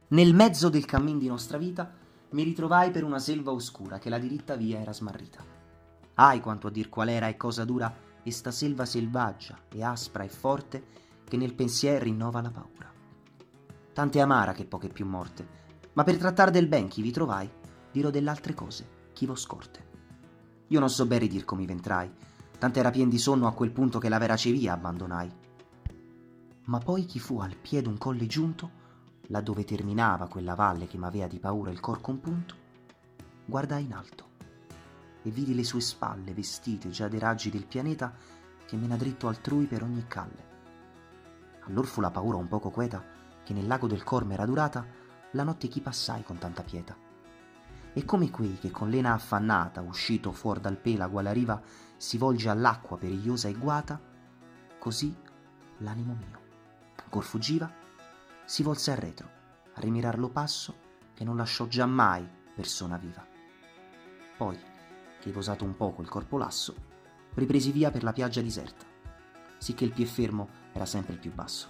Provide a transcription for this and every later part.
Nel mezzo del cammin di nostra vita mi ritrovai per una selva oscura che la diritta via era smarrita. Ahi quanto a dir qual era e cosa dura esta selva selvaggia e aspra e forte che nel pensier rinnova la paura. Tante amara che poche più morte, ma per trattar del ben chi vi trovai, dirò dell'altre cose chi vo scorte. Io non so ben ridir come ventrai, tant'era pien di sonno a quel punto che la verace via abbandonai. Ma poi chi fu al piede un colle giunto, laddove terminava quella valle che m'avea di paura il cor compunto, guardai in alto e vidi le sue spalle vestite già dei raggi del pianeta che mena dritto altrui per ogni calle. Allor fu la paura un poco queta che nel lago del cor m'era durata la notte chi passai con tanta pietà. E come quei che con l'ena affannata, uscito fuor dal pelago alla riva, si volge all'acqua perigliosa e guata, così l'animo mio, ancor fuggiva, si volse arretro a rimirar lo passo che non lasciò giammai persona viva. Poi, che posato un poco il corpo lasso, ripresi via per la piaggia diserta, sicché il pie fermo era sempre il più basso.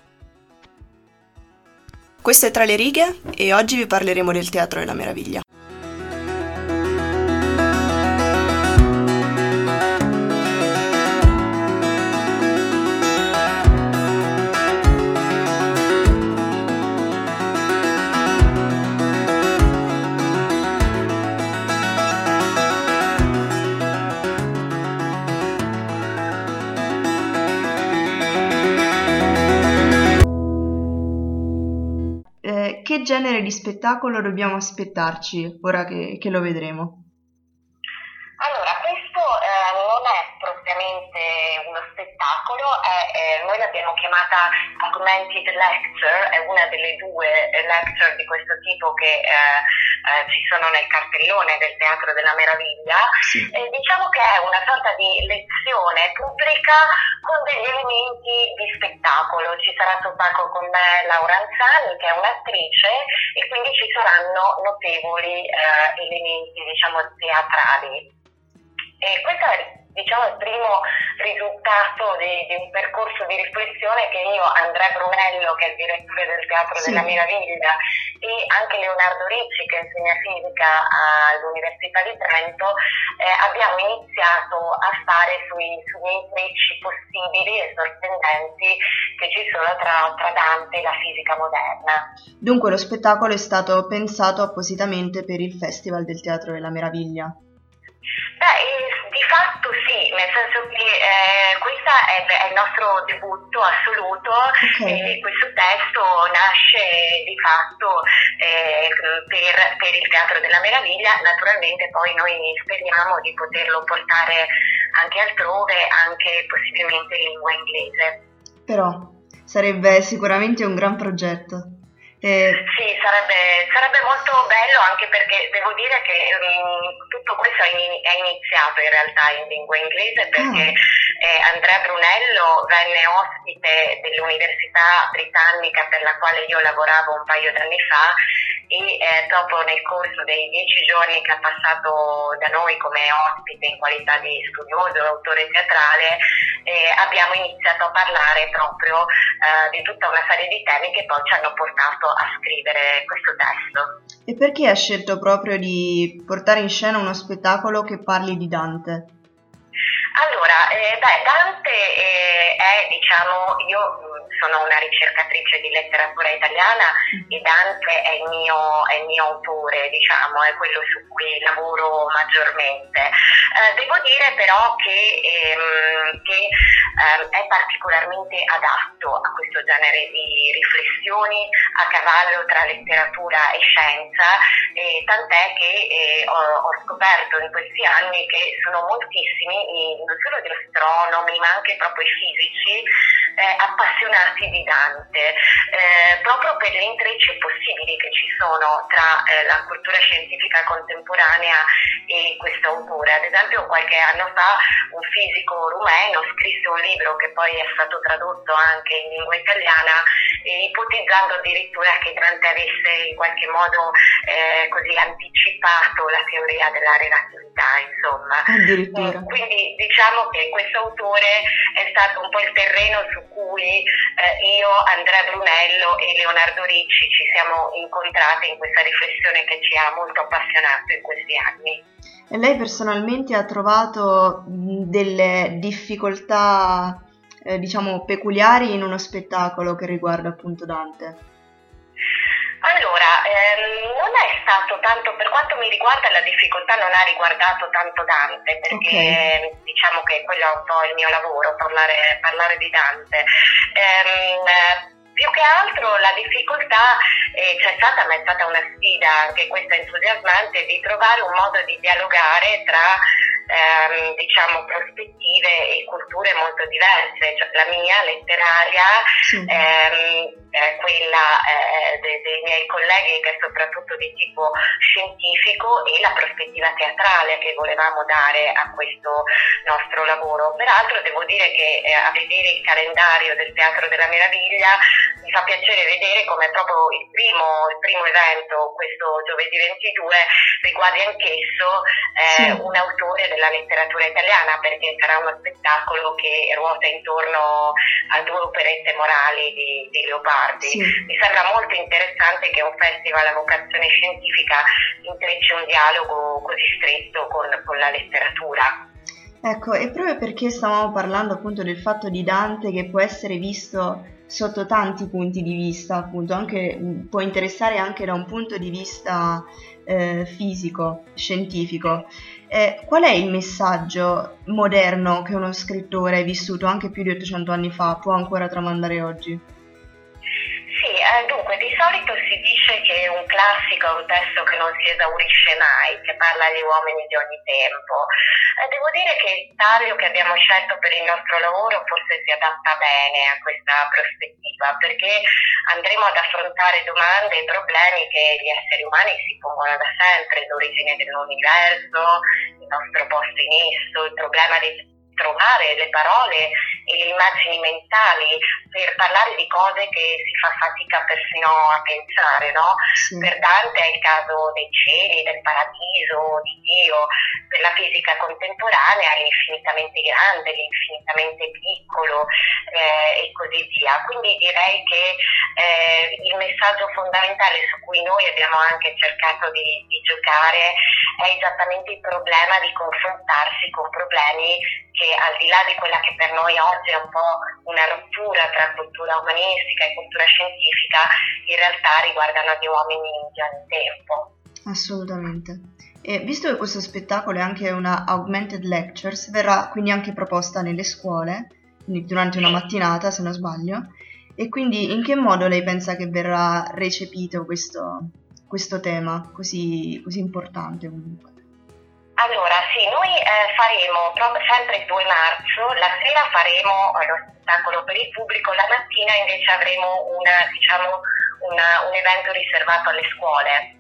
Questo è Tra le righe e oggi vi parleremo del Teatro della Meraviglia. Che genere di spettacolo dobbiamo aspettarci ora che lo vedremo? Allora, questo non è propriamente uno spettacolo, noi l'abbiamo chiamata Augmented Lecture, è una delle due lecture di questo tipo che ci sono nel cartellone del Teatro della Meraviglia. Sì. Diciamo che è una sorta di lezione pubblica con degli elementi di spettacolo. Ci sarà sul palco con me Laura Anzani, che è un'attrice, e quindi ci saranno notevoli elementi, diciamo, teatrali. E questo è, diciamo, il primo risultato di un percorso di riflessione che io, Andrea Brunello, che è il direttore del Teatro della Meraviglia, e anche Leonardo Ricci, che insegna fisica all'Università di Trento, abbiamo iniziato a fare sugli intrecci possibili e sorprendenti che ci sono tra Dante e la fisica moderna. Dunque lo spettacolo è stato pensato appositamente per il Festival del Teatro della Meraviglia. Di fatto sì, nel senso che questo è il nostro debutto assoluto. Okay. Questo testo nasce di fatto per il Teatro della Meraviglia. Naturalmente poi noi speriamo di poterlo portare anche altrove, anche possibilmente in lingua inglese. Però sarebbe sicuramente un gran progetto. Sì, sarebbe molto bello, anche perché devo dire che tutto questo è iniziato in realtà in lingua inglese, perché Andrea Brunello venne ospite dell'Università Britannica per la quale io lavoravo un paio d'anni fa, e proprio nel corso dei 10 giorni che ha passato da noi come ospite in qualità di studioso e autore teatrale, abbiamo iniziato a parlare proprio di tutta una serie di temi che poi ci hanno portato a scrivere questo testo. E perché ha scelto proprio di portare in scena uno spettacolo che parli di Dante? Allora, Dante è, diciamo, io sono una ricercatrice di letteratura italiana e Dante è il mio autore, diciamo, è quello su cui lavoro maggiormente. Devo dire però che è particolarmente adatto a questo genere di riflessioni a cavallo tra letteratura e scienza, tant'è che ho scoperto in questi anni che sono moltissimi, non solo gli astronomi ma anche proprio i fisici, appassionati di Dante, proprio per gli intrecci possibili che ci sono tra la cultura scientifica contemporanea e questo autore. Ad esempio, qualche anno fa un fisico rumeno scrisse un libro che poi è stato tradotto anche in lingua italiana, ipotizzando addirittura che Dante avesse in qualche modo così anticipato la teoria della relatività, insomma. Addirittura. Quindi diciamo che questo questo autore è stato un po' il terreno su cui io, Andrea Brunello e Leonardo Ricci ci siamo incontrati in questa riflessione che ci ha molto appassionato in questi anni. E lei personalmente ha trovato delle difficoltà, diciamo, peculiari in uno spettacolo che riguarda appunto Dante? Allora, non è stato tanto, per quanto mi riguarda, la difficoltà non ha riguardato tanto Dante, perché diciamo che quello è un po' il mio lavoro, parlare di Dante. Più che altro la difficoltà c'è stata, ma è stata una sfida, anche questa entusiasmante, di trovare un modo di dialogare tra diciamo prospettive e culture molto diverse, cioè la mia letteraria, quella dei miei colleghi che è soprattutto di tipo scientifico, e la prospettiva teatrale che volevamo dare a questo nostro lavoro. Peraltro devo dire che a vedere il calendario del Teatro della Meraviglia mi fa piacere vedere come proprio il primo evento, questo giovedì 22, riguardi anch'esso un autore della letteratura italiana, perché sarà uno spettacolo che ruota intorno a due operette morali di Leopardi. Mi sembra molto interessante che un festival a vocazione scientifica intrecci un dialogo così stretto con la letteratura. Ecco, e proprio perché stavamo parlando appunto del fatto di Dante, che può essere visto sotto tanti punti di vista, appunto, anche può interessare anche da un punto di vista fisico, scientifico. Qual è il messaggio moderno che uno scrittore vissuto anche più di 800 anni fa può ancora tramandare oggi? Sì, dunque di solito si dice che un classico è un testo che non si esaurisce mai, che parla agli uomini di ogni tempo. Devo dire che il taglio che abbiamo scelto per il nostro lavoro forse si adatta bene a questa prospettiva, perché andremo ad affrontare domande e problemi che gli esseri umani si pongono da sempre: l'origine dell'universo, il nostro posto in esso, il problema di trovare le parole e le immagini mentali per parlare di cose che si fa fatica persino a pensare, no? Per Dante è il caso dei cieli, del paradiso, di Dio. Per la fisica contemporanea è l'infinitamente grande, l'infinitamente piccolo e così via. Quindi direi che il messaggio fondamentale su cui noi abbiamo anche cercato di giocare è esattamente il problema di confrontarsi con problemi che, al di là di quella che per noi oggi è un po' una rottura tra cultura umanistica e cultura scientifica, in realtà riguardano gli uomini di ogni tempo. Assolutamente. E visto che questo spettacolo è anche una augmented lectures, verrà quindi anche proposta nelle scuole, quindi durante una mattinata se non sbaglio, e quindi in che modo lei pensa che verrà recepito questo tema così importante comunque? Allora, sì, noi faremo sempre il 2 marzo, la sera faremo lo spettacolo per il pubblico, la mattina invece avremo un evento riservato alle scuole.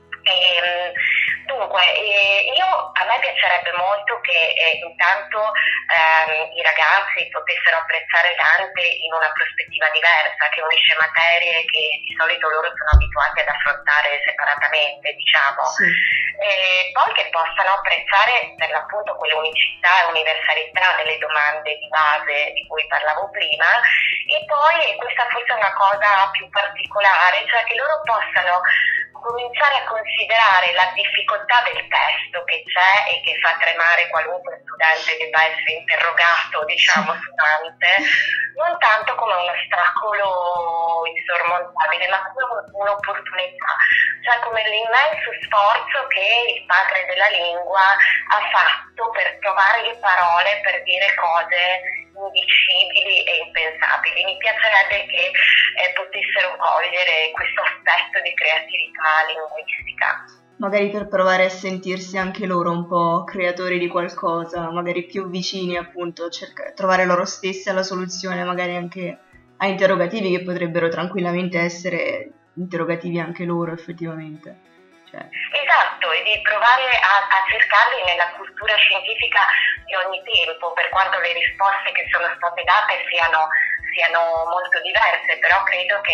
Dunque, a me piacerebbe molto che intanto i ragazzi potessero apprezzare Dante in una prospettiva diversa, che unisce materie che di solito loro sono abituati ad affrontare separatamente, diciamo. E poi che possano apprezzare per l'appunto quell'unicità e universalità delle domande di base di cui parlavo prima, e poi, questa forse è una cosa più particolare, cioè che loro possano cominciare a considerare la difficoltà del testo che c'è e che fa tremare qualunque studente che debba essere interrogato, diciamo, su Dante, non tanto come un ostacolo insormontabile, ma come un'opportunità, cioè come l'immenso sforzo che il padre della lingua ha fatto per trovare le parole per dire cose indicibili e impensabili. Mi piacerebbe che potessero cogliere questo aspetto di creatività linguistica. Magari per provare a sentirsi anche loro un po' creatori di qualcosa, magari più vicini appunto, trovare loro stessi alla soluzione, magari anche a interrogativi che potrebbero tranquillamente essere interrogativi anche loro effettivamente. Esatto, e di provare a cercarli nella cultura scientifica di ogni tempo, per quanto le risposte che sono state date siano molto diverse, però credo che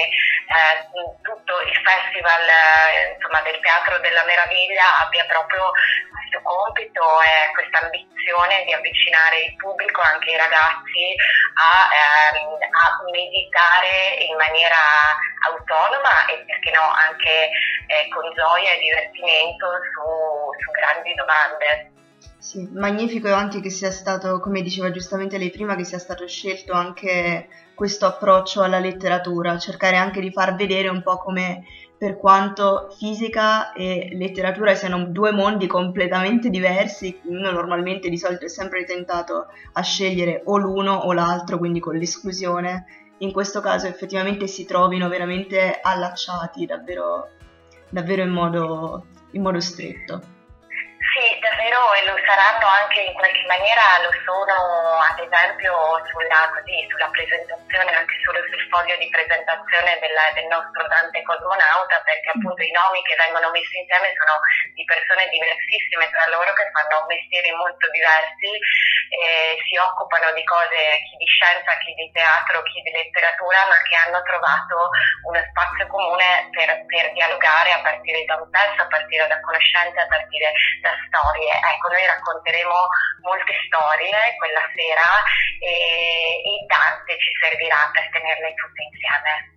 tutto il festival insomma, del Teatro della Meraviglia abbia proprio questo compito e questa ambizione di avvicinare il pubblico, anche i ragazzi, a meditare in maniera autonoma e perché no anche con gioia e divertimento su grandi domande. Sì, magnifico anche che sia stato, come diceva giustamente lei prima, che sia stato scelto anche questo approccio alla letteratura, cercare anche di far vedere un po' come, per quanto fisica e letteratura siano due mondi completamente diversi, uno normalmente di solito è sempre tentato a scegliere o l'uno o l'altro, quindi con l'esclusione, in questo caso effettivamente si trovino veramente allacciati davvero, davvero in modo stretto. Sì, davvero, e lo saranno anche in qualche maniera, lo sono ad esempio sulla presentazione, anche solo sul foglio di presentazione del nostro Dante Cosmonauta, perché appunto i nomi che vengono messi insieme sono di persone diversissime tra loro che fanno mestieri molto diversi, si occupano di cose, chi di scienza, chi di teatro, chi di letteratura, ma che hanno trovato uno spazio comune per dialogare a partire da un testo, a partire da conoscenze, a partire da storie. Ecco, noi racconteremo molte storie quella sera e Dante ci servirà per tenerle tutte insieme.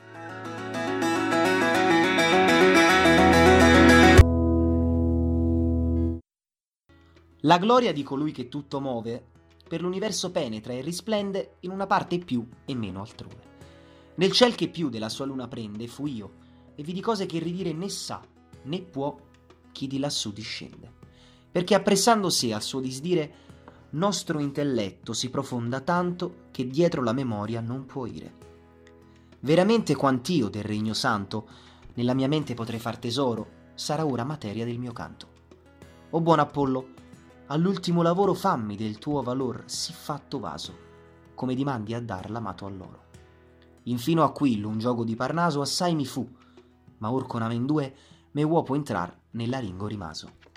La gloria di colui che tutto muove per l'universo penetra e risplende in una parte più e meno altrove. Nel ciel che più della sua luna prende fui io, e vidi cose che ridire né sa né può chi di lassù discende, perché appressando sé al suo disdire nostro intelletto si profonda tanto che dietro la memoria non può ire. Veramente quant'io del regno santo nella mia mente potrei far tesoro, sarà ora materia del mio canto. O buon Apollo, all'ultimo lavoro fammi del tuo valor sì fatto vaso, come dimandi a dar l'amato all'oro. Infino a qui l'un gioco di Parnaso assai mi fu, ma or con amendue me uopo entrar nella ringo rimaso.